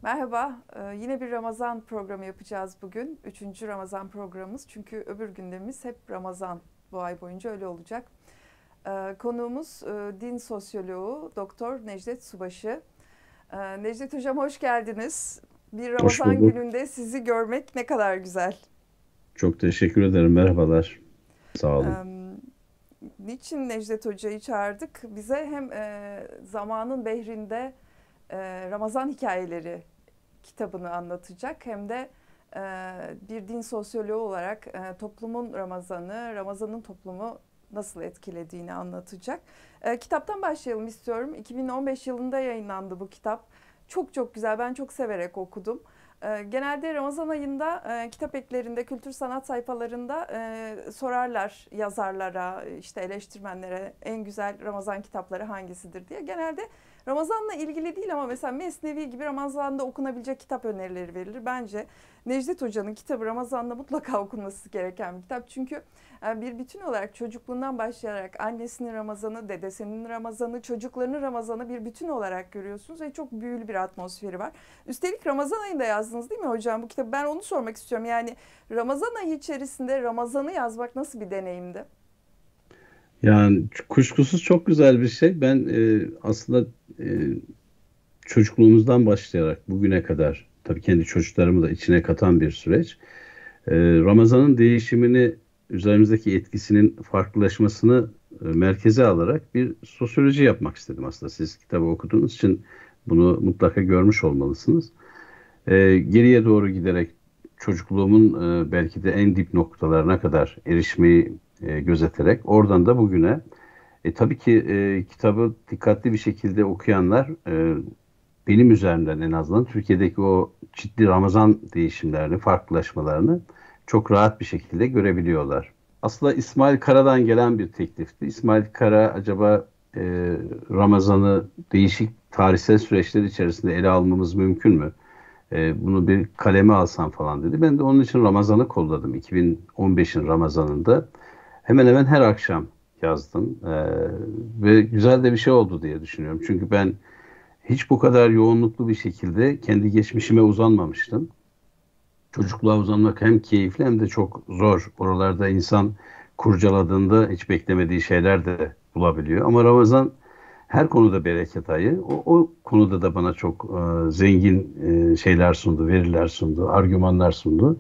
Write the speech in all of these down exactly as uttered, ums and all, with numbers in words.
Merhaba, ee, yine bir Ramazan programı yapacağız bugün. Üçüncü Ramazan programımız. Çünkü öbür gündemimiz hep Ramazan. Bu ay boyunca öyle olacak. Ee, konuğumuz e, din sosyoloğu Doktor Necdet Subaşı. Ee, Necdet Hocam hoş geldiniz. Bir Hoş Ramazan bulduk. gününde sizi görmek ne kadar güzel. Çok teşekkür ederim. Merhabalar. Sağ olun. Ee, Niçin Necdet Hoca'yı çağırdık? Bize hem e, zamanın behrinde e, Ramazan hikayeleri kitabını anlatacak hem de e, bir din sosyoloğu olarak e, toplumun Ramazan'ı, Ramazan'ın toplumu nasıl etkilediğini anlatacak. E, kitaptan başlayalım istiyorum. iki bin on beş yılında yayınlandı bu kitap. Çok çok güzel, ben çok severek okudum. E, genelde Ramazan ayında e, kitap eklerinde, kültür sanat sayfalarında e, sorarlar yazarlara, işte eleştirmenlere en güzel Ramazan kitapları hangisidir diye. Genelde Ramazan'la ilgili değil ama mesela Mesnevi gibi Ramazan'da okunabilecek kitap önerileri verilir. Bence Necdet Hoca'nın kitabı Ramazan'da mutlaka okunması gereken bir kitap. Çünkü bir bütün olarak çocukluğundan başlayarak annesinin Ramazan'ı, dedesinin Ramazan'ı, çocuklarının Ramazan'ı bir bütün olarak görüyorsunuz ve çok büyülü bir atmosferi var. Üstelik Ramazan ayında yazdınız değil mi hocam bu kitabı? Ben onu sormak istiyorum. Yani Ramazan ayı içerisinde Ramazan'ı yazmak nasıl bir deneyimdi? Yani kuşkusuz çok güzel bir şey. Ben e, aslında e, çocukluğumuzdan başlayarak bugüne kadar tabii kendi çocuklarımı da içine katan bir süreç. E, Ramazan'ın değişimini, üzerimizdeki etkisinin farklılaşmasını e, merkeze alarak bir sosyoloji yapmak istedim aslında. Siz kitabı okuduğunuz için bunu mutlaka görmüş olmalısınız. E, geriye doğru giderek çocukluğumun e, belki de en dip noktalarına kadar erişmeyi e, gözeterek oradan da bugüne e, tabii ki e, kitabı dikkatli bir şekilde okuyanlar e, benim üzerimden en azından Türkiye'deki o ciddi Ramazan değişimlerini, farklılaşmalarını çok rahat bir şekilde görebiliyorlar. Aslında İsmail Kara'dan gelen bir teklifti. İsmail Kara acaba e, Ramazan'ı değişik tarihsel süreçler içerisinde ele almamız mümkün mü? E, bunu bir kaleme alsam falan dedi. Ben de onun için Ramazan'ı kolladım. iki bin on beşin Ramazan'ında hemen hemen her akşam yazdım. E, ve güzel de bir şey oldu diye düşünüyorum. Çünkü ben hiç bu kadar yoğunluklu bir şekilde kendi geçmişime uzanmamıştım. Çocukluğa uzanmak hem keyifli hem de çok zor. Oralarda insan kurcaladığında hiç beklemediği şeyler de bulabiliyor. Ama Ramazan her konuda bereket ayı. O, o konuda da bana çok e, zengin e, şeyler sundu, veriler sundu, argümanlar sundu.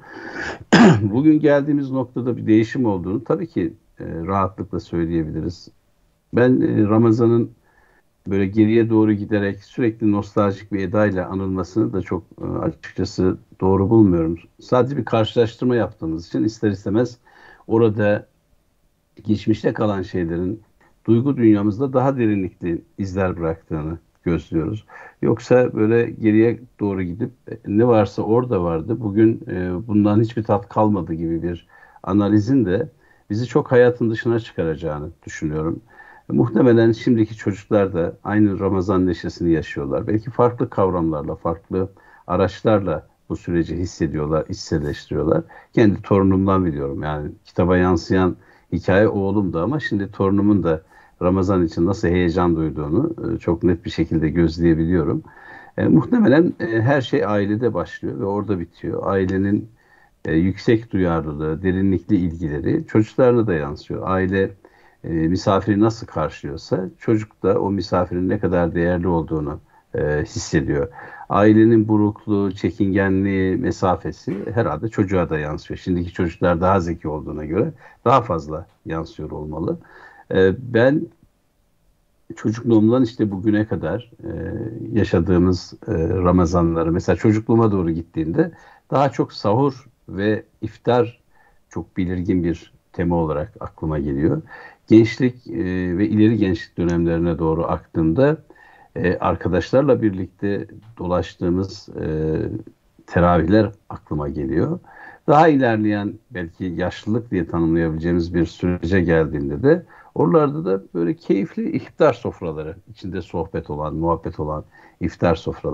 Bugün geldiğimiz noktada bir değişim olduğunu tabii ki e, rahatlıkla söyleyebiliriz. Ben e, Ramazan'ın böyle geriye doğru giderek sürekli nostaljik bir edayla anılmasını da çok e, açıkçası doğru bulmuyorum. Sadece bir karşılaştırma yaptığımız için ister istemez orada geçmişte kalan şeylerin duygu dünyamızda daha derinlikli izler bıraktığını gözlüyoruz. Yoksa böyle geriye doğru gidip e, ne varsa orada vardı. Bugün e, bundan hiçbir tat kalmadı gibi bir analizin de bizi çok hayatın dışına çıkaracağını düşünüyorum. E, muhtemelen şimdiki çocuklar da aynı Ramazan neşesini yaşıyorlar. Belki farklı kavramlarla, farklı araçlarla bu süreci hissediyorlar, içselleştiriyorlar. Kendi torunumdan biliyorum. Yani kitaba yansıyan hikaye oğlumdu ama şimdi torunumun da Ramazan için nasıl heyecan duyduğunu e, çok net bir şekilde gözleyebiliyorum. E, muhtemelen e, her şey ailede başlıyor ve orada bitiyor. Ailenin e, yüksek duyarlılığı, derinlikli ilgileri çocuklarına da yansıyor. Aile e, misafiri nasıl karşılıyorsa çocuk da o misafirin ne kadar değerli olduğunu e, hissediyor. Ailenin burukluğu, çekingenliği, mesafesi herhalde çocuğa da yansıyor. Şimdiki çocuklar daha zeki olduğuna göre daha fazla yansıyor olmalı. E, ben çocukluğumdan işte bugüne kadar e, yaşadığımız e, Ramazanları mesela çocukluğuma doğru gittiğimde daha çok sahur ve iftar çok belirgin bir tema olarak aklıma geliyor. Gençlik e, ve ileri gençlik dönemlerine doğru aktığımda e, arkadaşlarla birlikte dolaştığımız e, teravihler aklıma geliyor. Daha ilerleyen belki yaşlılık diye tanımlayabileceğimiz bir sürece geldiğinde de oralarda da böyle keyifli iftar sofraları, içinde sohbet olan, muhabbet olan iftar sofraları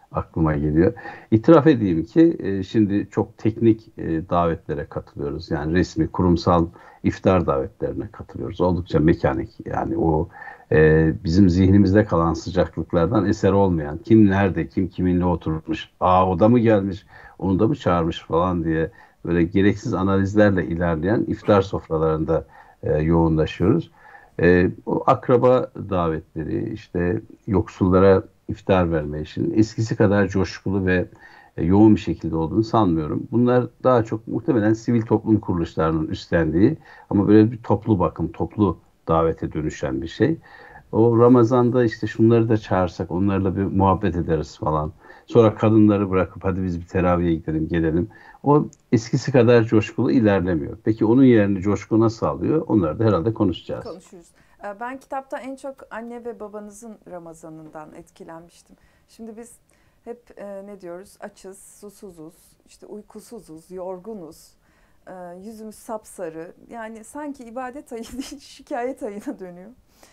aklıma geliyor. İtiraf edeyim ki e, şimdi çok teknik e, davetlere katılıyoruz. Yani resmi, kurumsal iftar davetlerine katılıyoruz. Oldukça mekanik. Yani o e, bizim zihnimizde kalan sıcaklıklardan eser olmayan, kim nerede, kim kiminle oturmuş, aa o da mı gelmiş, onu da mı çağırmış falan diye böyle gereksiz analizlerle ilerleyen iftar sofralarında e, yoğunlaşıyoruz. E, o akraba davetleri, işte yoksullara iftar verme işinin eskisi kadar coşkulu ve e, yoğun bir şekilde olduğunu sanmıyorum. Bunlar daha çok muhtemelen sivil toplum kuruluşlarının üstlendiği ama böyle bir toplu bakım, toplu davete dönüşen bir şey. O Ramazan'da işte şunları da çağırsak, onlarla bir muhabbet ederiz falan. Sonra kadınları bırakıp hadi biz bir teraviye gidelim, gelelim. O eskisi kadar coşkulu ilerlemiyor. Peki onun yerini coşku nasıl alıyor? Onları da herhalde konuşacağız. Konuşuruz. Ee, Ben kitapta en çok anne ve babanızın Ramazan'ından etkilenmiştim. Şimdi biz hep e, ne diyoruz? Açız, susuzuz, işte uykusuzuz, yorgunuz, e, yüzümüz sapsarı. Yani sanki ibadet ayı değil, şikayet ayına dönüyor.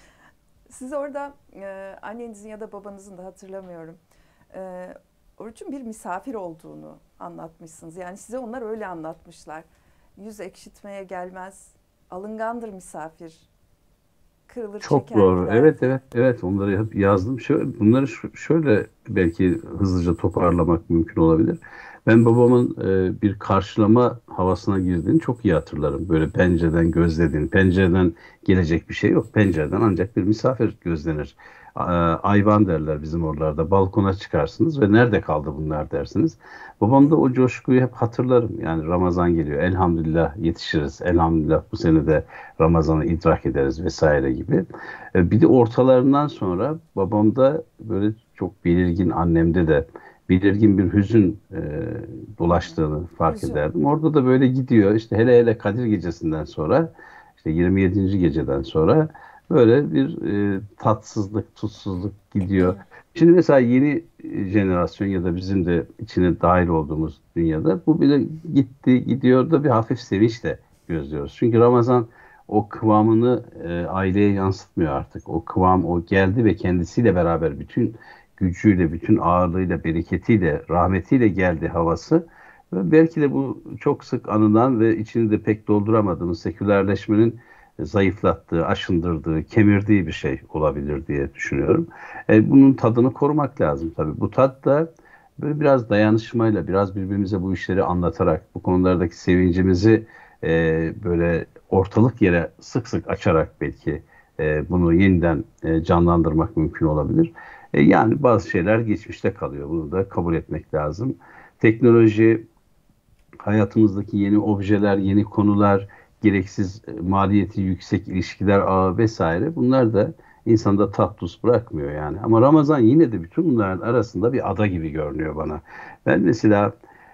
Siz orada e, annenizin ya da babanızın da hatırlamıyorum. E, Oruç'un bir misafir olduğunu anlatmışsınız. Yani size onlar öyle anlatmışlar. Yüz ekşitmeye gelmez, alıngandır misafir, kırılır Çok çeker doğru. gider Evet, diye. evet, evet. Onları hep yazdım. Şöyle, bunları ş- şöyle belki hızlıca toparlamak mümkün olabilir. Ben babamın e, bir karşılama havasına girdiğini çok iyi hatırlarım. Böyle pencereden gözlediğini, pencereden gelecek bir şey yok. Pencereden ancak bir misafir gözlenir. A- Ayvan derler bizim oralarda. Balkona çıkarsınız ve nerede kaldı bunlar dersiniz. Babam da o coşkuyu hep hatırlarım. Yani Ramazan geliyor. Elhamdülillah yetişiriz. Elhamdülillah bu sene de Ramazan'ı idrak ederiz vesaire gibi. E, Bir de ortalarından sonra babamda böyle çok belirgin, annemde de belirgin bir hüzün e, Hı hı. dolaştığını fark Hüzün. ederdim. Orada da böyle gidiyor. İşte hele hele Kadir Gecesi'nden sonra, işte yirmi yedinci geceden sonra böyle bir e, tatsızlık, tutsuzluk gidiyor. Şimdi mesela yeni e, jenerasyon ya da bizim de içine dahil olduğumuz dünyada bu bile gitti, gidiyor da bir hafif sevinçle gözlüyoruz. Çünkü Ramazan o kıvamını e, aileye yansıtmıyor artık. O kıvam o geldi ve kendisiyle beraber bütün gücüyle, bütün ağırlığıyla, bereketiyle, rahmetiyle geldi havası. Ve belki de bu çok sık anılan ve içini de pek dolduramadığımız sekülerleşmenin zayıflattığı, aşındırdığı, kemirdiği bir şey olabilir diye düşünüyorum. E, bunun tadını korumak lazım tabii. Bu tat da böyle biraz dayanışmayla, biraz birbirimize bu işleri anlatarak, bu konulardaki sevincimizi e, böyle ortalık yere sık sık açarak belki e, bunu yeniden e, canlandırmak mümkün olabilir. E, yani bazı şeyler geçmişte kalıyor. Bunu da kabul etmek lazım. Teknoloji, hayatımızdaki yeni objeler, yeni konular, gereksiz e, maliyeti yüksek ilişkiler ağı vesaire bunlar da insanda tat tuz bırakmıyor yani. Ama Ramazan yine de bütün bunların arasında bir ada gibi görünüyor bana. Ben mesela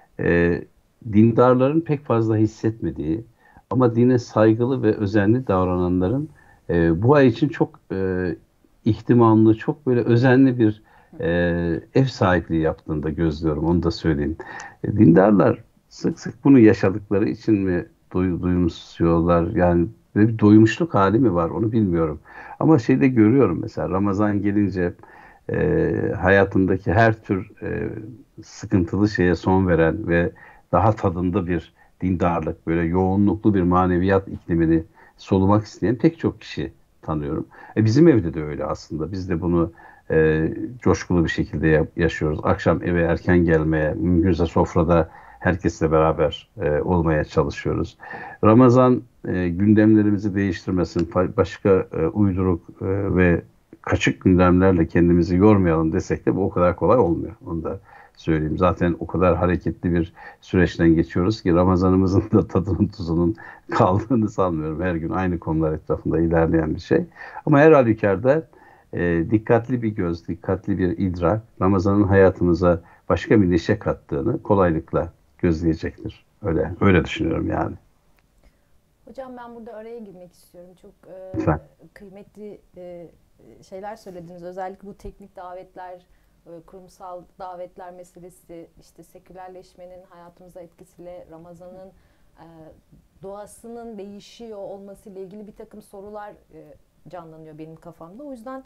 e, dindarların pek fazla hissetmediği ama dine saygılı ve özenli davrananların e, bu ay için çok e, ihtimamlı, çok böyle özenli bir e, ev sahipliği yaptığını da gözlüyorum. Onu da söyleyeyim. E, dindarlar sık sık bunu yaşadıkları için mi duy, duyumsuyorlar? Yani böyle bir doymuşluk hali mi var? Onu bilmiyorum. Ama şeyde görüyorum mesela Ramazan gelince e, hayatındaki her tür e, sıkıntılı şeye son veren ve daha tadında bir dindarlık, böyle yoğunluklu bir maneviyat iklimini solumak isteyen pek çok kişi tanıyorum. E bizim evde de öyle aslında. Biz de bunu e, coşkulu bir şekilde ya- yaşıyoruz. Akşam eve erken gelmeye, mümkünse sofrada herkesle beraber e, olmaya çalışıyoruz. Ramazan e, gündemlerimizi değiştirmesin, fa- başka e, uyduruk e, ve kaçık gündemlerle kendimizi yormayalım desek de bu o kadar kolay olmuyor. Onu da söyleyeyim. Zaten o kadar hareketli bir süreçten geçiyoruz ki Ramazanımızın da tadının tuzunun kaldığını sanmıyorum. Her gün aynı konular etrafında ilerleyen bir şey. Ama her halükarda e, dikkatli bir göz, dikkatli bir idrak Ramazan'ın hayatımıza başka bir neşe kattığını kolaylıkla gözleyecektir. Öyle öyle düşünüyorum yani. Hocam ben burada araya girmek istiyorum. Çok Lütfen. e, kıymetli e, şeyler söylediniz. Özellikle bu teknik davetler, e, kurumsal davetler meselesi, işte sekülerleşmenin hayatımıza etkisiyle Ramazan'ın e, doğasının değişiyor olması ile ilgili bir takım sorular e, canlanıyor benim kafamda. O yüzden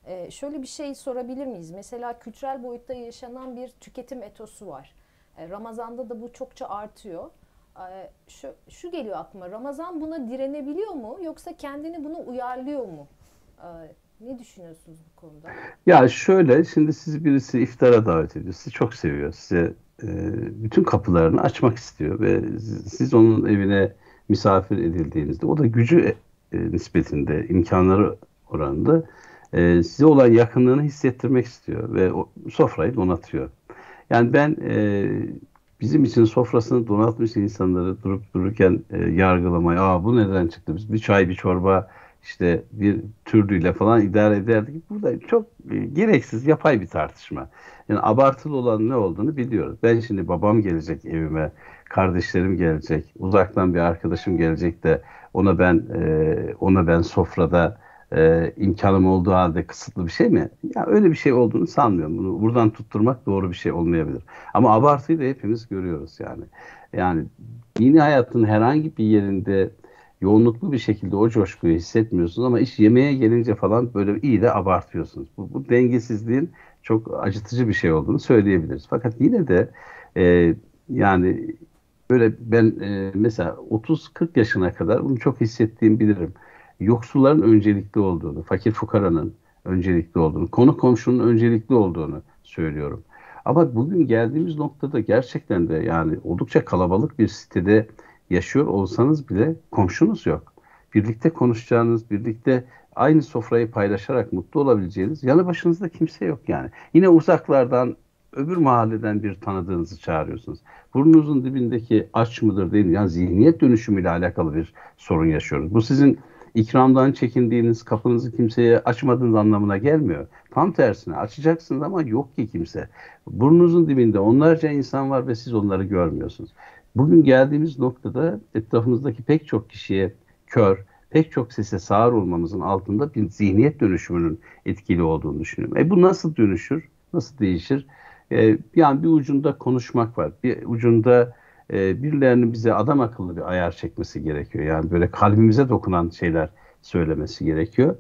Ee, şöyle bir şey sorabilir miyiz? Mesela kültürel boyutta yaşanan bir tüketim etosu var. Ee, Ramazan'da da bu çokça artıyor. Ee, şu, şu geliyor aklıma. Ramazan buna direnebiliyor mu? Yoksa kendini buna uyarlıyor mu? Ee, ne düşünüyorsunuz bu konuda? Ya şöyle, şimdi sizi birisi iftara davet ediyor. Sizi çok seviyor. Size e, bütün kapılarını açmak istiyor ve siz onun evine misafir edildiğinizde o da gücü e, nispetinde, imkanları oranında e, size olan yakınlığını hissettirmek istiyor ve o sofrayı donatıyor. Yani ben e, bizim için sofrasını donatmış insanları durup dururken e, yargılamayı, aa bu neden çıktı? Biz bir çay bir çorba işte bir türlüyle falan idare ederdik. Burada çok e, gereksiz yapay bir tartışma. Yani abartılı olan ne olduğunu biliyoruz. Ben şimdi babam gelecek evime, kardeşlerim gelecek, uzaktan bir arkadaşım gelecek de ona ben e, ona ben sofrada e, imkanım olduğu halde kısıtlı bir şey mi? Ya öyle bir şey olduğunu sanmıyorum. Bunu buradan tutturmak doğru bir şey olmayabilir. Ama abartıyı da hepimiz görüyoruz yani. Yani dini hayatın herhangi bir yerinde yoğunluklu bir şekilde o coşkuyu hissetmiyorsunuz ama iş yemeğe gelince falan böyle iyi de abartıyorsunuz. Bu, bu dengesizliğin çok acıtıcı bir şey olduğunu söyleyebiliriz. Fakat yine de e, yani böyle ben e, mesela otuz kırk yaşına kadar bunu çok hissettiğimi bilirim. Yoksulların öncelikli olduğunu, fakir fukaranın öncelikli olduğunu, konu komşunun öncelikli olduğunu söylüyorum. Ama bugün geldiğimiz noktada gerçekten de yani oldukça kalabalık bir sitede yaşıyor olsanız bile komşunuz yok. Birlikte konuşacağınız, birlikte aynı sofrayı paylaşarak mutlu olabileceğiniz yanı başınızda kimse yok yani. Yine uzaklardan, öbür mahalleden bir tanıdığınızı çağırıyorsunuz. Burnunuzun dibindeki aç mıdır değil mi? Yani zihniyet dönüşümüyle alakalı bir sorun yaşıyoruz. Bu sizin ikramdan çekindiğiniz, kapınızı kimseye açmadığınız anlamına gelmiyor. Tam tersine açacaksınız ama yok ki kimse. Burnunuzun dibinde onlarca insan var ve siz onları görmüyorsunuz. Bugün geldiğimiz noktada etrafımızdaki pek çok kişiye kör, pek çok sese sağır olmamızın altında bir zihniyet dönüşümünün etkili olduğunu düşünüyorum. E bu nasıl dönüşür? Nasıl değişir? E, yani bir ucunda konuşmak var. Bir ucunda e, birilerinin bize adam akıllı bir ayar çekmesi gerekiyor. Yani böyle kalbimize dokunan şeyler söylemesi gerekiyor.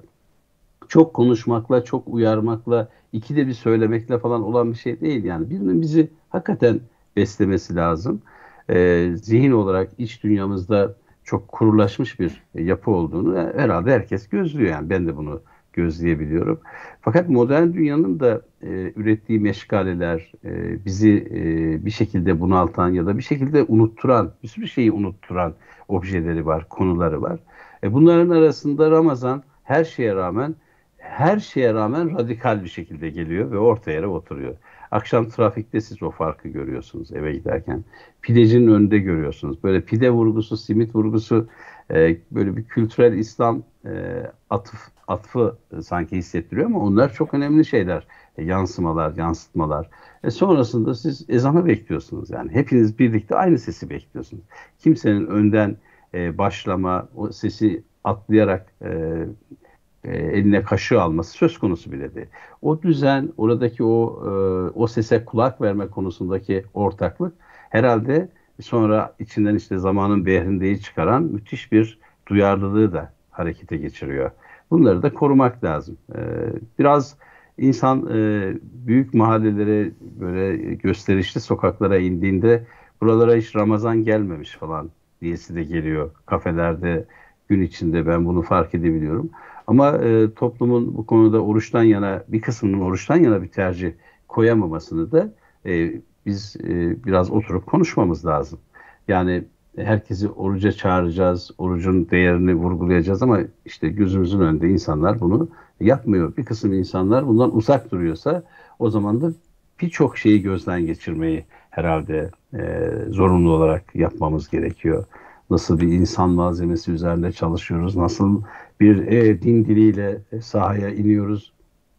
Çok konuşmakla, çok uyarmakla, ikide bir söylemekle falan olan bir şey değil. Yani birinin bizi hakikaten beslemesi lazım. E, zihin olarak iç dünyamızda çok kurulaşmış bir yapı olduğunu herhalde herkes gözlüyor. Yani ben de bunu gözleyebiliyorum. Fakat modern dünyanın da e, ürettiği meşgaleler, e, bizi e, bir şekilde bunaltan ya da bir şekilde unutturan, bir sürü şeyi unutturan objeleri var, konuları var. E, bunların arasında Ramazan her şeye rağmen her şeye rağmen radikal bir şekilde geliyor ve orta yere oturuyor. Akşam trafikte siz o farkı görüyorsunuz eve giderken. Pidecinin önünde görüyorsunuz. Böyle pide vurgusu, simit vurgusu, e, böyle bir kültürel İslam e, atıf, atfı e, sanki hissettiriyor ama onlar çok önemli şeyler. E, yansımalar, yansıtmalar. E, sonrasında siz ezanı bekliyorsunuz. Yani hepiniz birlikte aynı sesi bekliyorsunuz. Kimsenin önden e, başlama, o sesi atlayarak e, e, eline kaşığı alması söz konusu bile değil. O düzen, oradaki o e, o sese kulak verme konusundaki ortaklık herhalde sonra içinden işte zamanın behrindeyi çıkaran müthiş bir duyarlılığı da harekete geçiriyor. Bunları da korumak lazım. E, biraz insan e, büyük mahallelere böyle gösterişli sokaklara indiğinde buralara hiç Ramazan gelmemiş falan diyesi de geliyor. Kafelerde gün içinde ben bunu fark edebiliyorum. Ama e, toplumun bu konuda oruçtan yana bir kısmının oruçtan yana bir tercih koyamamasını da e, biz e, biraz oturup konuşmamız lazım. Yani herkesi oruca çağıracağız, orucun değerini vurgulayacağız ama işte gözümüzün önünde insanlar bunu yapmıyor. Bir kısım insanlar bundan uzak duruyorsa o zaman da birçok şeyi gözden geçirmeyi herhalde e, zorunlu olarak yapmamız gerekiyor. Nasıl bir insan malzemesi üzerinde çalışıyoruz, nasıl bir e, din diliyle e, sahaya iniyoruz.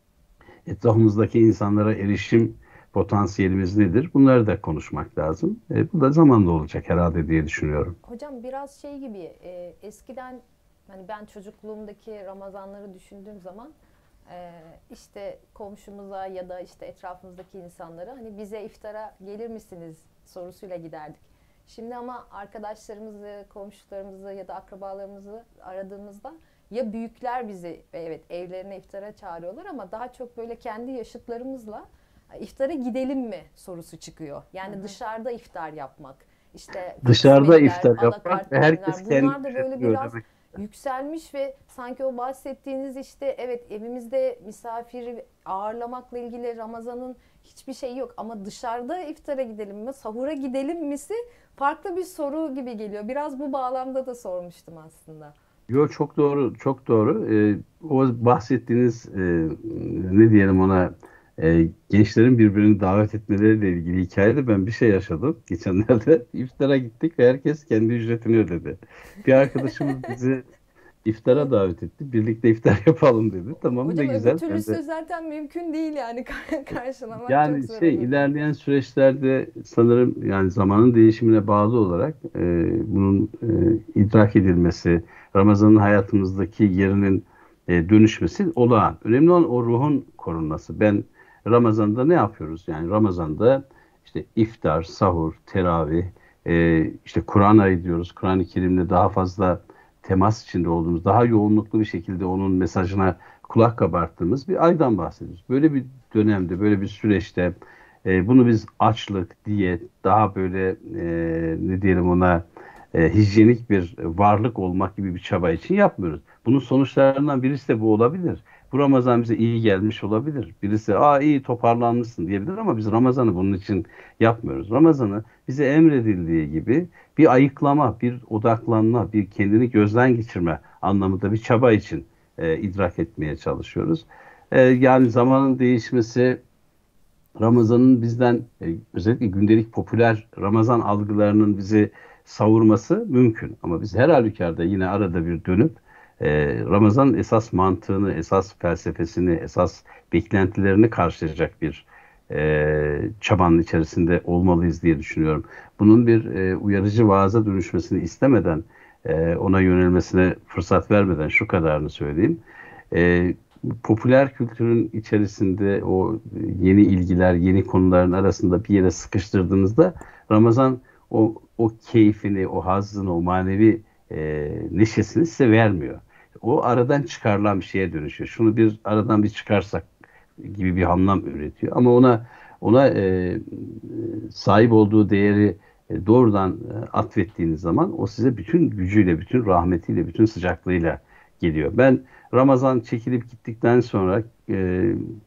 Etrafımızdaki insanlara erişim potansiyelimiz nedir? Bunları da konuşmak lazım. E, bu da zamanla olacak herhalde diye düşünüyorum. Hocam biraz şey gibi e, eskiden hani ben çocukluğumdaki Ramazanları düşündüğüm zaman e, işte komşumuza ya da işte etrafımızdaki insanlara hani bize iftara gelir misiniz sorusuyla giderdik. Şimdi ama arkadaşlarımızı, komşularımızı ya da akrabalarımızı aradığımızda ya büyükler bizi evet evlerine iftara çağırıyorlar ama daha çok böyle kendi yaşıtlarımızla iftara gidelim mi sorusu çıkıyor. Yani hı hı. Dışarıda iftar yapmak, işte dışarıda kısmetler, iftar yapmak alakart ve herkes menüler, kendi bunlar da böyle ücretini biraz ödemek. yükselmiş ve sanki o bahsettiğiniz işte evet evimizde misafiri ağırlamakla ilgili Ramazan'ın hiçbir şey yok ama dışarıda iftara gidelim mi, sahura gidelim misi farklı bir soru gibi geliyor. Biraz bu bağlamda da sormuştum aslında. Yo, çok doğru, çok doğru. Ee, o bahsettiğiniz e, ne diyelim ona, e, gençlerin birbirini davet etmeleriyle ilgili hikayede ben bir şey yaşadım. Geçenlerde iftara gittik ve herkes kendi ücretini ödedi. Bir arkadaşımız bizi iftara davet etti. Birlikte iftar yapalım dedi. Tamam, ne Hocam öbür güzel. Ben de türlüsü zaten mümkün değil yani karşılamak çok yani zor şey, olurdu. ilerleyen süreçlerde sanırım yani zamanın değişimine bağlı olarak e, bunun e, idrak edilmesi, Ramazan'ın hayatımızdaki yerinin e, dönüşmesi olağan. Önemli olan o ruhun korunması. Ben Ramazan'da ne yapıyoruz? Yani Ramazan'da işte iftar, sahur, teravih, e, işte Kur'an ayı diyoruz. Kur'an-ı Kerim'le daha fazla temas içinde olduğumuz, daha yoğunluklu bir şekilde onun mesajına kulak kabarttığımız bir aydan bahsediyoruz. Böyle bir dönemde, böyle bir süreçte e, bunu biz açlık, diyet, daha böyle e, ne diyelim ona, e, hijyenik bir varlık olmak gibi bir çaba için yapmıyoruz. Bunun sonuçlarından birisi de bu olabilir. Bu Ramazan bize iyi gelmiş olabilir. Birisi aa iyi toparlanmışsın diyebilir ama biz Ramazan'ı bunun için yapmıyoruz. Ramazan'ı bize emredildiği gibi bir ayıklama, bir odaklanma, bir kendini gözden geçirme anlamında bir çaba için e, idrak etmeye çalışıyoruz. E, yani zamanın değişmesi, Ramazan'ın bizden e, özellikle gündelik popüler Ramazan algılarının bizi savurması mümkün. Ama biz her halükarda yine arada bir dönüp e, Ramazan'ın esas mantığını, esas felsefesini, esas beklentilerini karşılayacak bir e, çabanın içerisinde olmalıyız diye düşünüyorum. Bunun bir e, uyarıcı vaaza dönüşmesini istemeden, e, ona yönelmesine fırsat vermeden şu kadarını söyleyeyim. E, Popüler kültürün içerisinde o yeni ilgiler, yeni konuların arasında bir yere sıkıştırdığınızda Ramazan o o keyfini, o hazzını, o manevi e, neşesini size vermiyor. O aradan çıkarılan bir şeye dönüşüyor. Şunu bir aradan bir çıkarsak gibi bir anlam üretiyor. Ama ona ona e, sahip olduğu değeri e, doğrudan e, atfettiğiniz zaman o size bütün gücüyle, bütün rahmetiyle, bütün sıcaklığıyla geliyor. Ben Ramazan çekilip gittikten sonra e,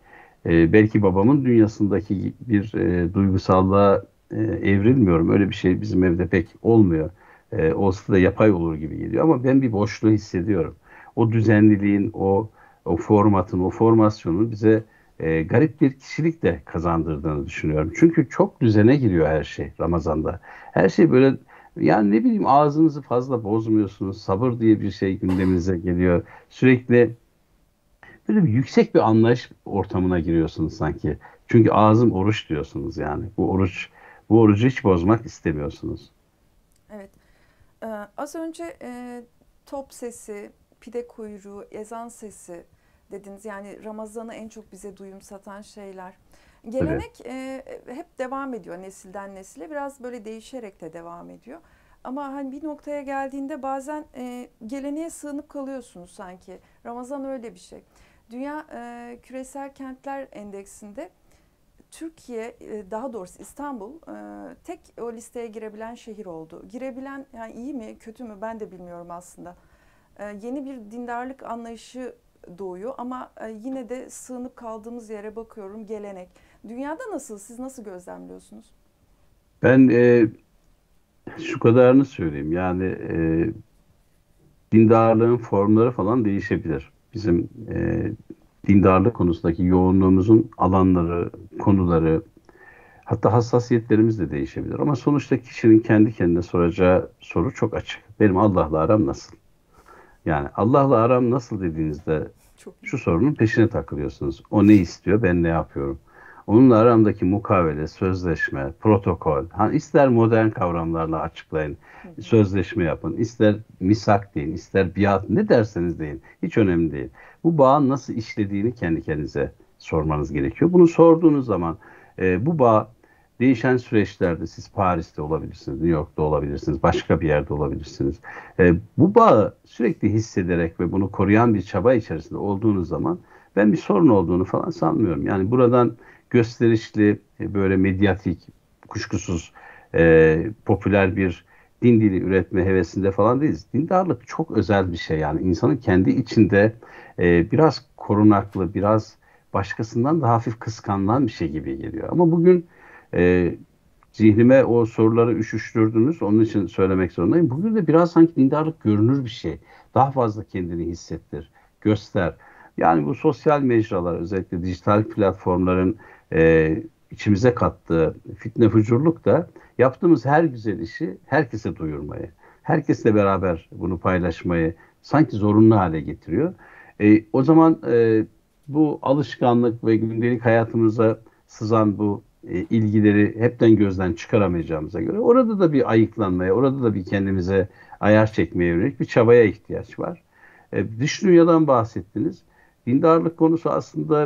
e, belki babamın dünyasındaki bir e, duygusallığa e, evrilmiyorum. Öyle bir şey bizim evde pek olmuyor. E, olsa da yapay olur gibi geliyor ama ben bir boşluğu hissediyorum. O düzenliliğin, o o formatın, o formasyonun bize e, garip bir kişilik de kazandırdığını düşünüyorum. Çünkü çok düzene giriyor her şey Ramazan'da. Her şey böyle, yani ne bileyim, ağzınızı fazla bozmuyorsunuz. Sabır diye bir şey gündeminize geliyor. Sürekli böyle bir yüksek bir anlayış ortamına giriyorsunuz sanki. Çünkü ağzım oruç diyorsunuz yani. Bu oruç, bu orucu hiç bozmak istemiyorsunuz. Evet. Ee, az önce e, top sesi, pide kuyruğu, ezan sesi dediniz. Yani Ramazan'ı en çok bize duyumsatan şeyler. Evet. Gelenek e, hep devam ediyor nesilden nesile. Biraz böyle değişerek de devam ediyor. Ama hani bir noktaya geldiğinde bazen e, geleneğe sığınıp kalıyorsunuz sanki. Ramazan öyle bir şey. Dünya e, Küresel Kentler Endeksinde Türkiye, e, daha doğrusu İstanbul e, tek o listeye girebilen şehir oldu. Girebilen, yani iyi mi kötü mü ben de bilmiyorum aslında. E, yeni bir dindarlık anlayışı doğuyor ama e, yine de sığınıp kaldığımız yere bakıyorum, gelenek. Dünyada nasıl? Siz nasıl gözlemliyorsunuz? Ben e, şu kadarını söyleyeyim. Yani e, dindarlığın formları falan değişebilir. Bizim e, dindarlık konusundaki yoğunluğumuzun alanları, konuları, hatta hassasiyetlerimiz de değişebilir. Ama sonuçta kişinin kendi kendine soracağı soru çok açık. Benim Allah'la aram nasıl? Yani Allah'la aram nasıl dediğinizde Çok iyi. şu sorunun peşine takılıyorsunuz. O ne istiyor, ben ne yapıyorum? Onunla aramdaki mukavele, sözleşme, protokol, hani ister modern kavramlarla açıklayın, Hı hı. sözleşme yapın, ister misak deyin, ister biat, ne derseniz deyin, hiç önemli değil. Bu bağın nasıl işlediğini kendi kendinize sormanız gerekiyor. Bunu sorduğunuz zaman e, bu bağ değişen süreçlerde siz Paris'te olabilirsiniz, New York'ta olabilirsiniz, başka bir yerde olabilirsiniz. E, bu bağı sürekli hissederek ve bunu koruyan bir çaba içerisinde olduğunuz zaman ben bir sorun olduğunu falan sanmıyorum. Yani buradan gösterişli, e, böyle medyatik, kuşkusuz e, popüler bir din dili üretme hevesinde falan değiliz. Dindarlık çok özel bir şey, yani insanın kendi içinde e, biraz korunaklı, biraz başkasından da hafif kıskanılan bir şey gibi geliyor. Ama bugün e, zihnime o soruları üşüştürdünüz. Onun için söylemek zorundayım. Bugün de biraz sanki dindarlık görünür bir şey. Daha fazla kendini hissettir, göster. Yani bu sosyal mecralar, özellikle dijital platformların e, içimize kattığı fitne fücurluk da yaptığımız her güzel işi herkese duyurmayı, herkesle beraber bunu paylaşmayı sanki zorunlu hale getiriyor. E, o zaman e, bu alışkanlık ve gündelik hayatımıza sızan bu e, ilgileri hepten gözden çıkaramayacağımıza göre orada da bir ayıklanmaya, orada da bir kendimize ayar çekmeye yönelik bir çabaya ihtiyaç var. E, dış dünyadan bahsettiniz. Dindarlık konusu aslında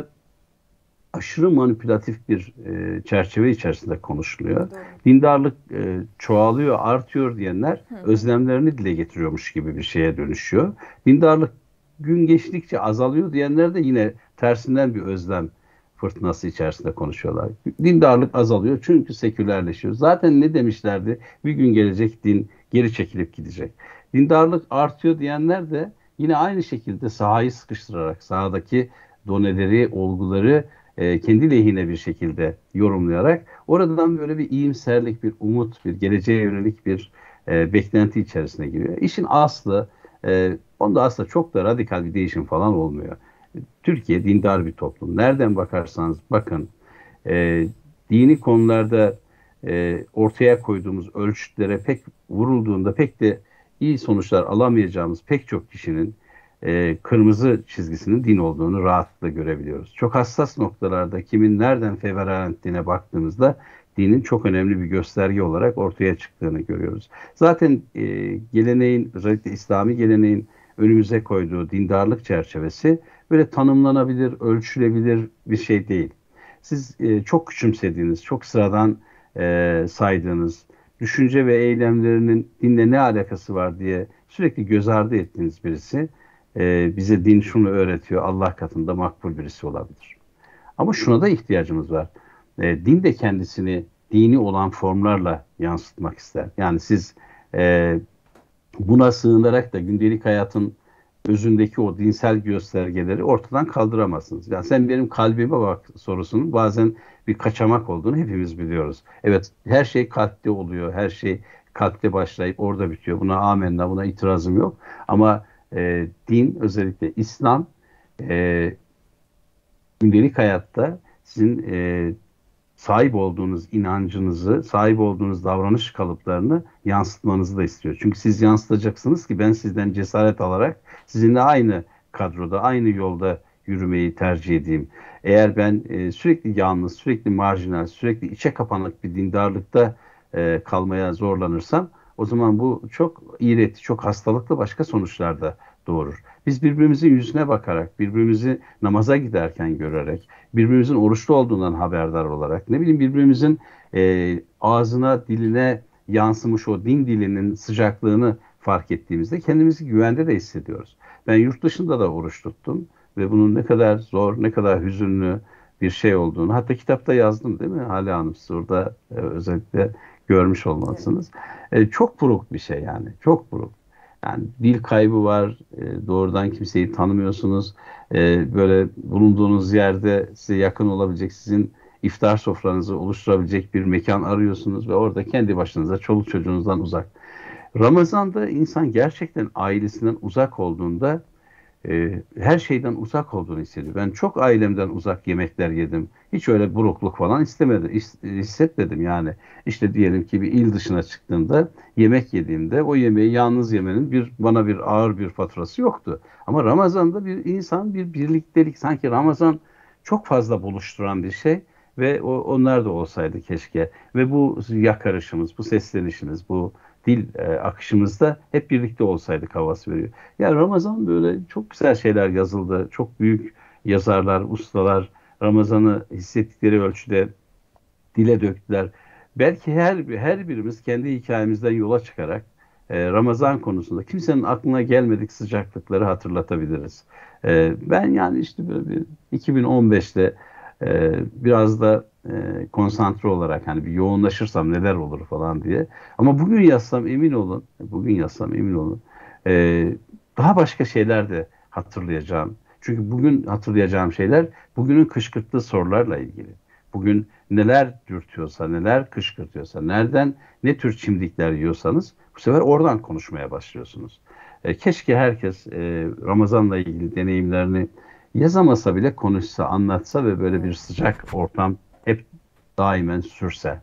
aşırı manipülatif bir e, çerçeve içerisinde konuşuluyor. Doğru. Dindarlık e, çoğalıyor, artıyor diyenler Hı hı. özlemlerini dile getiriyormuş gibi bir şeye dönüşüyor. Dindarlık gün geçtikçe azalıyor diyenler de yine tersinden bir özlem fırtınası içerisinde konuşuyorlar. Dindarlık azalıyor çünkü sekülerleşiyor. Zaten ne demişlerdi? Bir gün gelecek, din geri çekilip gidecek. Dindarlık artıyor diyenler de yine aynı şekilde sahayı sıkıştırarak, sahadaki doneleri, olguları e, kendi lehine bir şekilde yorumlayarak oradan böyle bir iyimserlik, bir umut, bir geleceğe yönelik bir e, beklenti içerisine giriyor. İşin aslı, e, onda aslında çok da radikal bir değişim falan olmuyor. Türkiye dindar bir toplum. Nereden bakarsanız bakın, e, dini konularda e, ortaya koyduğumuz ölçütlere pek vurulduğunda pek de iyi sonuçlar alamayacağımız pek çok kişinin e, kırmızı çizgisinin din olduğunu rahatlıkla görebiliyoruz. Çok hassas noktalarda kimin nereden feveran ettiğine baktığımızda dinin çok önemli bir gösterge olarak ortaya çıktığını görüyoruz. Zaten e, geleneğin, özellikle İslami geleneğin önümüze koyduğu dindarlık çerçevesi böyle tanımlanabilir, ölçülebilir bir şey değil. Siz e, çok küçümsediğiniz, çok sıradan e, saydığınız, düşünce ve eylemlerinin dinle ne alakası var diye sürekli göz ardı ettiğiniz birisi e, bize din şunu öğretiyor, Allah katında makbul birisi olabilir. Ama şuna da ihtiyacımız var. E, din de kendisini dini olan formlarla yansıtmak ister. Yani siz e, buna sığınarak da gündelik hayatın özündeki o dinsel göstergeleri ortadan kaldıramazsınız. Yani sen benim kalbime bak sorusunun bazen bir kaçamak olduğunu hepimiz biliyoruz. Evet, her şey kalpte oluyor, her şey kalpte başlayıp orada bitiyor. Buna amenna, buna itirazım yok. Ama e, din, özellikle İslam, e, gündelik hayatta sizin e, sahip olduğunuz inancınızı, sahip olduğunuz davranış kalıplarını yansıtmanızı da istiyor. Çünkü siz yansıtacaksınız ki ben sizden cesaret alarak sizinle aynı kadroda, aynı yolda yürümeyi tercih edeyim. Eğer ben e, sürekli yalnız, sürekli marjinal, sürekli içe kapanık bir dindarlıkta e, kalmaya zorlanırsam o zaman bu çok iğreti, çok hastalıklı başka sonuçlar da doğurur. Biz birbirimizin yüzüne bakarak, birbirimizi namaza giderken görerek, birbirimizin oruçlu olduğundan haberdar olarak, ne bileyim birbirimizin e, ağzına, diline yansımış o din dilinin sıcaklığını fark ettiğimizde kendimizi güvende de hissediyoruz. Ben yurt dışında da oruç tuttum ve bunun ne kadar zor, ne kadar hüzünlü bir şey olduğunu, hatta kitapta yazdım değil mi Hale Hanım? Siz orada e, özellikle görmüş olmalısınız. E, çok buruk bir şey yani, çok buruk. Yani dil kaybı var, e, doğrudan kimseyi tanımıyorsunuz. E, böyle bulunduğunuz yerde size yakın olabilecek, sizin iftar sofranızı oluşturabilecek bir mekan arıyorsunuz ve orada kendi başınıza, çoluk çocuğunuzdan uzak. Ramazan'da insan gerçekten ailesinden uzak olduğunda e, her şeyden uzak olduğunu hissediyor. Ben çok ailemden uzak yemekler yedim. Hiç öyle burukluk falan istemedim, his- hissetmedim yani. İşte diyelim ki bir il dışına çıktığımda yemek yediğimde o yemeği yalnız yemenin bir bana bir ağır bir faturası yoktu. Ama Ramazan'da bir insan bir birliktelik, sanki Ramazan çok fazla buluşturan bir şey ve o, onlar da olsaydı keşke. Ve bu yakarışımız, bu seslenişimiz, bu dil e, akışımızda hep birlikte olsaydık havası veriyor. Yani Ramazan böyle çok güzel şeyler yazıldı. Çok büyük yazarlar, ustalar Ramazan'ı hissettikleri ölçüde dile döktüler. Belki her her birimiz kendi hikayemizden yola çıkarak e, Ramazan konusunda kimsenin aklına gelmedik sıcaklıkları hatırlatabiliriz. E, ben yani işte böyle bir iki bin on beşte e, biraz da e, konsantre olarak hani bir yoğunlaşırsam neler olur falan diye. Ama bugün yazsam emin olun, bugün yazsam emin olun e, daha başka şeyler de hatırlayacağım. Çünkü bugün hatırlayacağım şeyler bugünün kışkırttığı sorularla ilgili. Bugün neler dürtüyorsa, neler kışkırtıyorsa, nereden ne tür çimdikler yiyorsanız bu sefer oradan konuşmaya başlıyorsunuz. E, keşke herkes e, Ramazan'la ilgili deneyimlerini yazamasa bile konuşsa, anlatsa ve böyle bir sıcak ortam hep daimen sürse.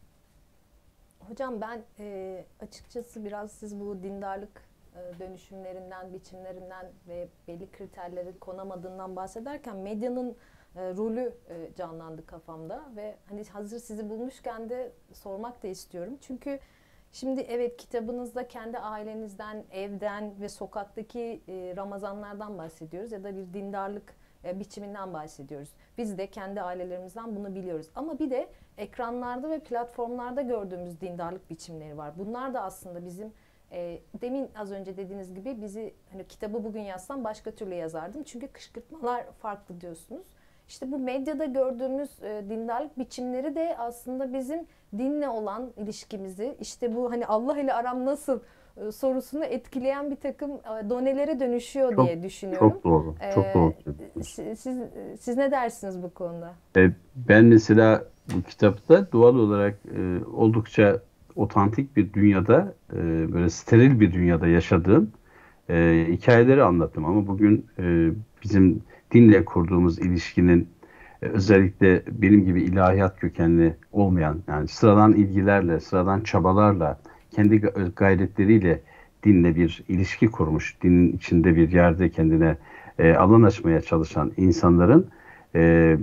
Hocam ben e, açıkçası biraz siz bu dindarlık e, dönüşümlerinden, biçimlerinden ve belli kriterlerin konamadığından bahsederken medyanın e, rolü e, canlandı kafamda ve hani hazır sizi bulmuşken de sormak da istiyorum. Çünkü şimdi evet kitabınızda kendi ailenizden, evden ve sokaktaki e, Ramazanlardan bahsediyoruz ya da bir dindarlık e, biçiminden bahsediyoruz. Biz de kendi ailelerimizden bunu biliyoruz. Ama bir de ekranlarda ve platformlarda gördüğümüz dindarlık biçimleri var. Bunlar da aslında bizim e, demin az önce dediğiniz gibi bizi hani kitabı bugün yazsam başka türlü yazardım. Çünkü kışkırtmalar farklı diyorsunuz. İşte bu medyada gördüğümüz e, dindarlık biçimleri de aslında bizim dinle olan ilişkimizi, işte bu hani Allah ile aram nasıl e, sorusunu etkileyen bir takım e, donelere dönüşüyor Çok, diye düşünüyorum. çok doğru, çok E, doğru. siz, siz, siz ne dersiniz bu konuda? E, ben mesela bu kitapta doğal olarak e, oldukça otantik bir dünyada, e, böyle steril bir dünyada yaşadığım e, hikayeleri anlattım. Ama bugün e, bizim dinle kurduğumuz ilişkinin e, özellikle benim gibi ilahiyat kökenli olmayan, yani sıradan ilgilerle, sıradan çabalarla, kendi ga- gayretleriyle dinle bir ilişki kurmuş, dinin içinde bir yerde kendine e, alan açmaya çalışan insanların e,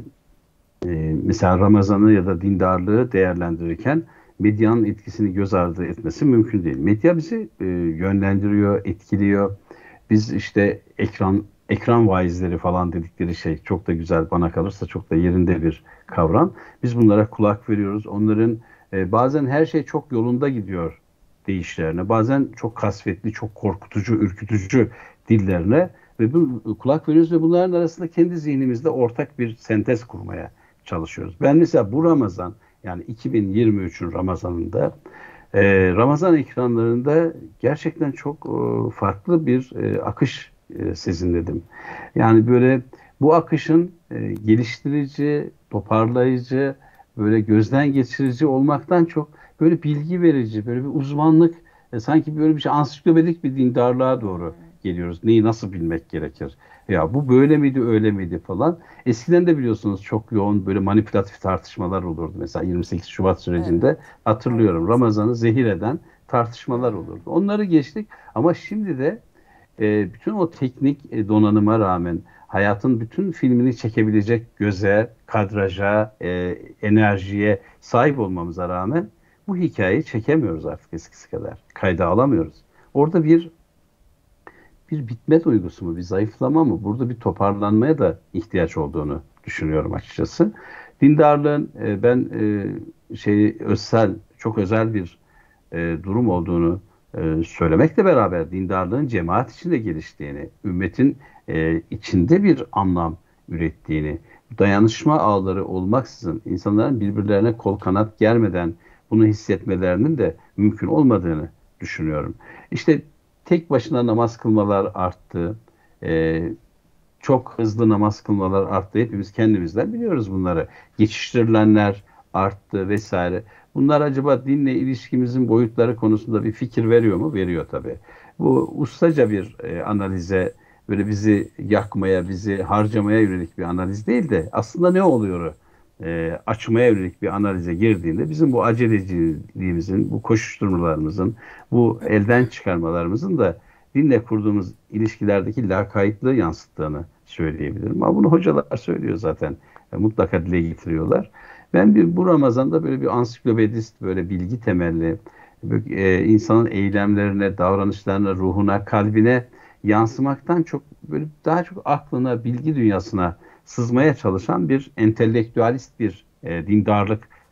e, mesela Ramazan'ı ya da dindarlığı değerlendirirken medyanın etkisini göz ardı etmesi mümkün değil. Medya bizi e, yönlendiriyor, etkiliyor. Biz işte ekran ekran vaizleri falan dedikleri şey çok da güzel, bana kalırsa çok da yerinde bir kavram. Biz bunlara kulak veriyoruz. Onların e, bazen her şey çok yolunda gidiyor deyişlerine, bazen çok kasvetli, çok korkutucu, ürkütücü dillerine ve bu kulak veriyoruz ve bunların arasında kendi zihnimizde ortak bir sentez kurmaya çalışıyoruz. Ben mesela bu Ramazan, yani iki bin yirmi üçün Ramazan'ında e, Ramazan ekranlarında gerçekten çok e, farklı bir e, akış e, sezinledim. Yani böyle bu akışın e, geliştirici, toparlayıcı, böyle gözden geçirici olmaktan çok böyle bilgi verici, böyle bir uzmanlık, e, sanki böyle bir şey ansiklopedik bir dindarlığa doğru geliyoruz. Neyi nasıl bilmek gerekir? Ya bu böyle miydi, öyle miydi falan. Eskiden de biliyorsunuz çok yoğun böyle manipülatif tartışmalar olurdu. Mesela yirmi sekiz Şubat sürecinde Evet. hatırlıyorum, Evet. Ramazan'ı zehir eden tartışmalar Hmm. olurdu. Onları geçtik ama şimdi de e, bütün o teknik e, donanıma rağmen hayatın bütün filmini çekebilecek göze, kadraja, e, enerjiye sahip olmamıza rağmen bu hikayeyi çekemiyoruz artık eskisi kadar. Kayda alamıyoruz. Orada bir bir bitme duygusu mu, bir zayıflama mı? Burada bir toparlanmaya da ihtiyaç olduğunu düşünüyorum açıkçası. Dindarlığın e, ben e, şey özsel, çok özel bir e, durum olduğunu e, söylemekle beraber dindarlığın cemaat içinde geliştiğini, ümmetin e, içinde bir anlam ürettiğini, dayanışma ağları olmaksızın insanların birbirlerine kol kanat germeden bunu hissetmelerinin de mümkün olmadığını düşünüyorum. İşte tek başına namaz kılmalar arttı. E, Çok hızlı namaz kılmalar arttı. Hepimiz kendimizden biliyoruz bunları. Geçiştirilenler arttı vesaire. Bunlar acaba dinle ilişkimizin boyutları konusunda bir fikir veriyor mu? Veriyor tabii. Bu ustaca bir e, analize, böyle bizi yakmaya, bizi harcamaya yönelik bir analiz değil de aslında ne oluyor? E, açmaya yönelik bir analize girdiğinde bizim bu aceleciliğimizin, bu koşuşturmalarımızın, bu elden çıkarmalarımızın da dinle kurduğumuz ilişkilerdeki lakaytlığı yansıttığını söyleyebilirim. Ama bunu hocalar söylüyor zaten. E, mutlaka dile getiriyorlar. Ben bir bu Ramazan'da böyle bir ansiklopedist, böyle bilgi temelli, böyle, e, insanın eylemlerine, davranışlarına, ruhuna, kalbine yansımaktan çok böyle daha çok aklına, bilgi dünyasına sızmaya çalışan bir entelektüalist bir e, dindarlık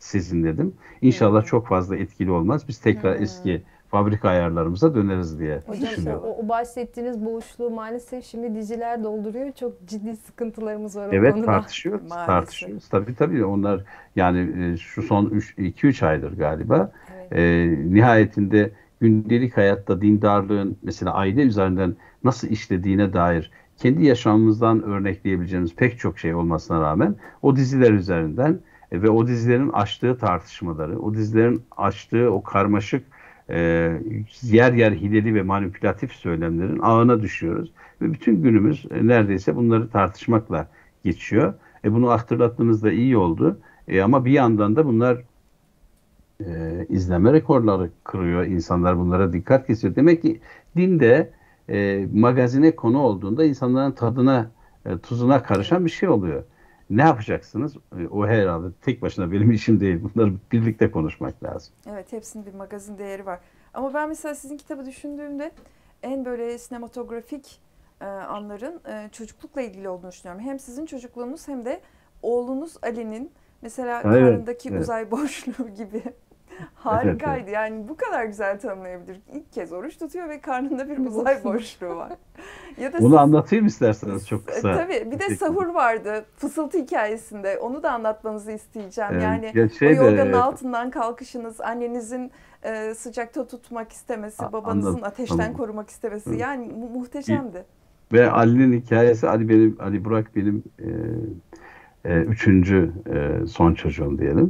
sizin dedim. İnşallah Hmm. çok fazla etkili olmaz. Biz tekrar Hmm. eski fabrika ayarlarımıza döneriz diye Hocam düşünüyorum. o, o bahsettiğiniz boşluğu maalesef şimdi diziler dolduruyor. Çok ciddi sıkıntılarımız var o Evet, konuda. tartışıyoruz, Maalesef. tartışıyoruz. Tabii tabii onlar yani e, şu son iki üç aydır galiba Evet. e, nihayetinde gündelik hayatta dindarlığın mesela aile üzerinden nasıl işlediğine dair kendi yaşamımızdan örnekleyebileceğimiz pek çok şey olmasına rağmen o diziler üzerinden e, ve o dizilerin açtığı tartışmaları, o dizilerin açtığı o karmaşık e, yer yer hileli ve manipülatif söylemlerin ağına düşüyoruz. Ve bütün günümüz e, neredeyse bunları tartışmakla geçiyor. E, bunu hatırlattığınız da iyi oldu. E, ama bir yandan da bunlar e, izleme rekorları kırıyor. İnsanlar bunlara dikkat kesiyor. Demek ki dinde e, magazine konu olduğunda insanların tadına, e, tuzuna karışan bir şey oluyor. Ne yapacaksınız? E, o herhalde tek başına benim işim değil. Bunları birlikte konuşmak lazım. Evet, hepsinin bir magazin değeri var. Ama ben mesela sizin kitabı düşündüğümde en böyle sinematografik e, anların e, çocuklukla ilgili olduğunu düşünüyorum. Hem sizin çocukluğunuz hem de oğlunuz Ali'nin mesela Evet, karnındaki evet. uzay boşluğu gibi Evet, harikaydı. evet. Yani bu kadar güzel tanımlayabilir. İlk kez oruç tutuyor ve karnında bir uzay boşluğu var. Ya da Bunu siz, anlatayım isterseniz çok e, kısa. tabii bir de sahur vardı fısıltı hikayesinde. Onu da anlatmanızı isteyeceğim. E, Yani ya o şey de yorganın evet, altından kalkışınız, annenizin e, sıcakta tutmak istemesi, a- babanızın anladım. ateşten Tamam. korumak istemesi. Hı. Yani mu- muhteşemdi. Ve Ali'nin hikayesi Ali benim Ali Burak benim e, e, üçüncü e, son çocuğum diyelim.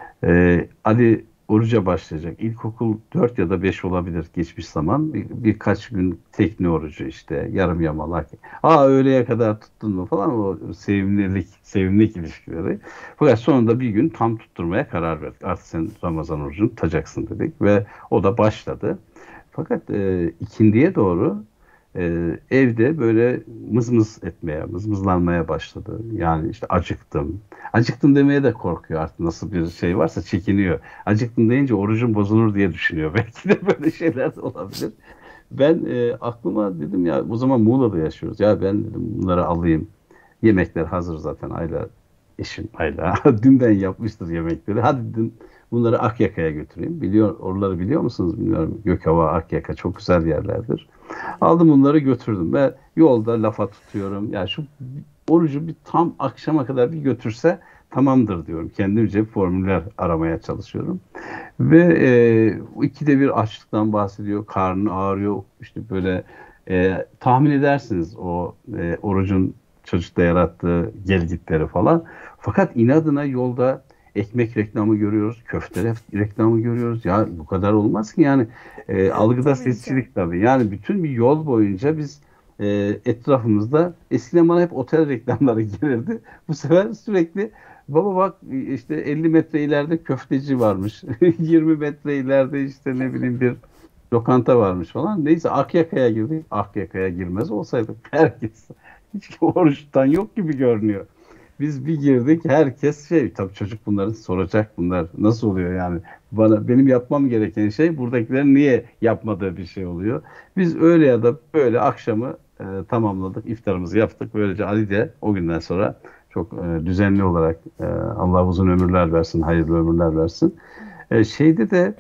E, Ali oruca başlayacak. İlkokul dört ya da beş olabilir geçmiş zaman. Bir, birkaç gün tekne orucu işte yarım yamalak. Aa öğleye kadar tuttun mu falan o sevimlilik, sevimlilik ilişkileri. Fakat sonunda bir gün tam tutturmaya karar verdik. Artık sen Ramazan orucunu tutacaksın dedik ve o da başladı. Fakat e, ikindiye doğru e, evde böyle mızmız etmeye, mızmızlanmaya başladı. Yani işte acıktım. Acıktım demeye de korkuyor artık nasıl bir şey varsa çekiniyor. Acıktım deyince orucum bozulur diye düşünüyor. Belki de böyle şeyler de olabilir. Ben e, aklıma dedim ya o zaman Muğla'da yaşıyoruz. Ya ben dedim bunları alayım. Yemekler hazır zaten Ayla eşim Ayla. Dünden yapmıştır yemekleri. Hadi dedim bunları Akyaka'ya götüreyim. Biliyor, oraları biliyor musunuz bilmiyorum. Gökova, Akyaka çok güzel yerlerdir. Aldım bunları götürdüm ve yolda lafa tutuyorum. Ya şu orucu bir tam akşama kadar bir götürse tamamdır diyorum. Kendimce formüller aramaya çalışıyorum. Ve e, o ikide bir açlıktan bahsediyor. Karnı ağrıyor. İşte böyle e, tahmin edersiniz o e, orucun çocukta yarattığı gelgitleri falan. Fakat inadına yolda ekmek reklamı görüyoruz. Köfte ref- reklamı görüyoruz. Ya bu kadar olmaz ki yani e, algıda Tabii ki. seçicilik tabii. Yani bütün bir yol boyunca biz e, etrafımızda eskiden bana hep otel reklamları gelirdi. Bu sefer sürekli baba bak işte elli metre ileride köfteci varmış. yirmi metre ileride işte ne bileyim bir lokanta varmış falan. Neyse Akyaka'ya girdik. Akyaka'ya girmez olsaydık herkes hiç oruçtan yok gibi görünüyor. Biz bir girdik herkes şey tabii çocuk bunları soracak bunlar nasıl oluyor yani bana benim yapmam gereken şey buradakilerin niye yapmadığı bir şey oluyor. Biz öyle ya da böyle akşamı e, tamamladık iftarımızı yaptık böylece Ali de o günden sonra çok e, düzenli olarak e, Allah uzun ömürler versin hayırlı ömürler versin. E, şeyde de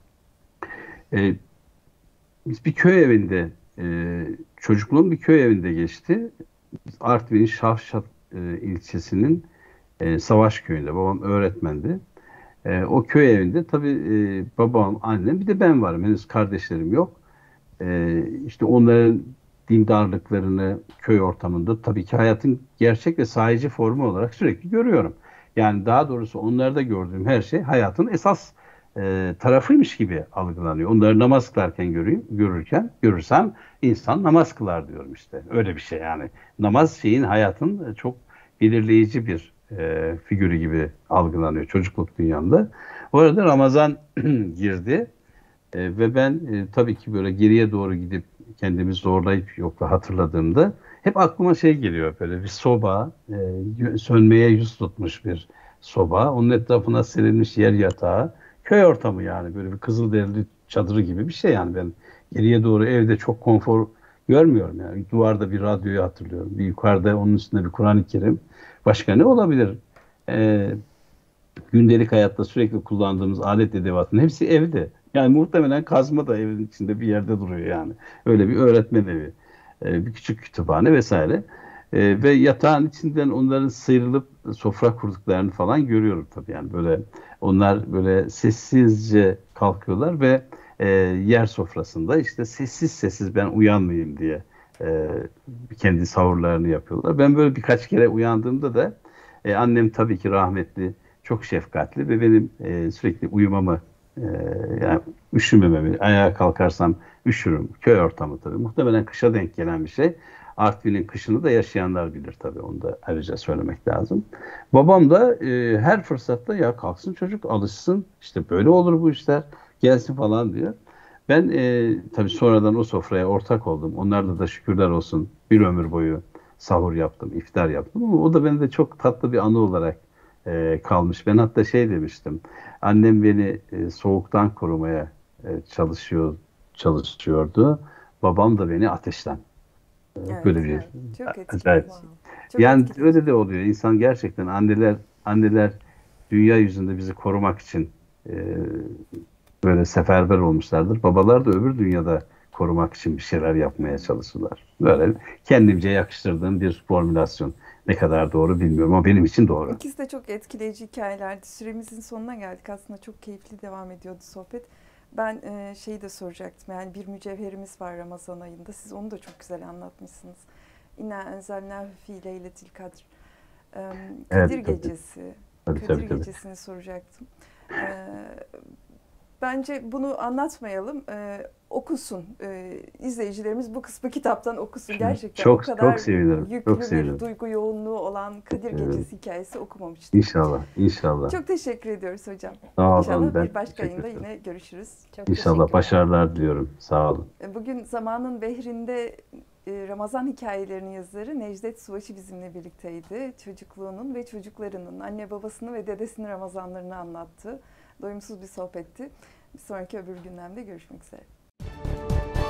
e, biz bir köy evinde e, çocukluğum bir köy evinde geçti. Artvin'in Şavşat e, ilçesinin e, Savaş köyünde. Babam öğretmendi. E, o köy evinde tabii e, babam, annem bir de ben varım. Henüz kardeşlerim yok. E, işte onların dindarlıklarını köy ortamında tabii ki hayatın gerçek ve sahici formu olarak sürekli görüyorum. Yani daha doğrusu onlarda gördüğüm her şey hayatın esas e, tarafıymış gibi algılanıyor. Onları namaz kılarken göreyim, görürken görürsem insan namaz kılar diyorum işte. Öyle bir şey yani. Namaz şeyin hayatın çok belirleyici bir e, figürü gibi algılanıyor çocukluk dünyamda. Bu arada Ramazan girdi. E, ve ben e, tabii ki böyle geriye doğru gidip kendimi zorlayıp yokla hatırladığımda hep aklıma şey geliyor böyle bir soba, e, y- sönmeye yüz tutmuş bir soba. Onun etrafına serilmiş yer yatağı. Köy ortamı yani böyle bir Kızılderili çadırı gibi bir şey yani ben geriye doğru evde çok konfor görmüyorum yani. Duvarda bir radyoyu hatırlıyorum. Bir yukarıda onun üstünde bir Kur'an-ı Kerim. Başka ne olabilir? E, gündelik hayatta sürekli kullandığımız alet edevatın hepsi evde. Yani muhtemelen kazma da evin içinde bir yerde duruyor yani. Öyle bir öğretmen evi, e, bir küçük kütüphane vesaire. E, ve yatağın içinden onların sıyrılıp sofra kurduklarını falan görüyorum tabii yani böyle onlar böyle sessizce kalkıyorlar ve e, yer sofrasında işte sessiz sessiz ben uyanmayayım diye e, kendi sahurlarını yapıyorlar. Ben böyle birkaç kere uyandığımda da e, annem tabii ki rahmetli çok şefkatli ve benim e, sürekli uyumamı e, yani üşümememi, ayağa kalkarsam üşürüm. Köy ortamı tabii. Muhtemelen kışa denk gelen bir şey. Artvin'in kışını da yaşayanlar bilir tabii. Onu da ayrıca söylemek lazım. Babam da e, her fırsatta ya kalksın çocuk alışsın. İşte böyle olur bu işler. Gelsin falan diyor. Ben e, tabii sonradan o sofraya ortak oldum. Onlarda da şükürler olsun bir ömür boyu sahur yaptım, iftar yaptım. Ama o da bende çok tatlı bir anı olarak e, kalmış. Ben hatta şey demiştim. Annem beni e, soğuktan korumaya e, çalışıyor çalışıyordu. Babam da beni ateşten. E, Evet, Böyle bir evet. Çok acayip. etkileyici. Çok Yani etkileyici. öyle de oluyor. İnsan gerçekten anneler anneler dünya yüzünde bizi korumak için e, böyle seferber olmuşlardır. Babalar da öbür dünyada korumak için bir şeyler yapmaya çalışırlar. Böyle kendimce yakıştırdığım bir formülasyon. Ne kadar doğru bilmiyorum ama benim için doğru. İkisi de çok etkileyici hikayelerdi. Süremizin sonuna geldik. Aslında çok keyifli devam ediyordu sohbet. Ben e, şeyi de soracaktım. Yani bir mücevherimiz var Ramazan ayında. Siz onu da çok güzel anlatmışsınız. İnna enzelnâhu fî leyletil kadr. E, Kadir Evet, tabii. Gecesi. Tabii, Kadir tabii, tabii. Gecesi'ni soracaktım. E, Bence bunu anlatmayalım. Ee, okusun. Ee, izleyicilerimiz bu kısmı kitaptan okusun. Gerçekten o Çok kadar çok sevinirim. yüklü Çok bir sevinirim. duygu yoğunluğu olan Kadir Evet. Gecesi hikayesi okumamıştım. İnşallah, inşallah. Çok teşekkür ediyoruz hocam. Sağ olun. İnşallah Ben bir başka teşekkür yayında ederim. yine görüşürüz. Çok İnşallah teşekkürler. başarılar diliyorum. Sağ olun. Ee, Bugün Zamanın Behrinde e, Ramazan hikayelerinin yazarı Necdet Subaşı bizimle birlikteydi. Çocukluğunun ve çocuklarının, anne babasını ve dedesinin Ramazanlarını anlattı. Doyumsuz bir sohbetti. Bir sonraki öbür gündemde görüşmek üzere.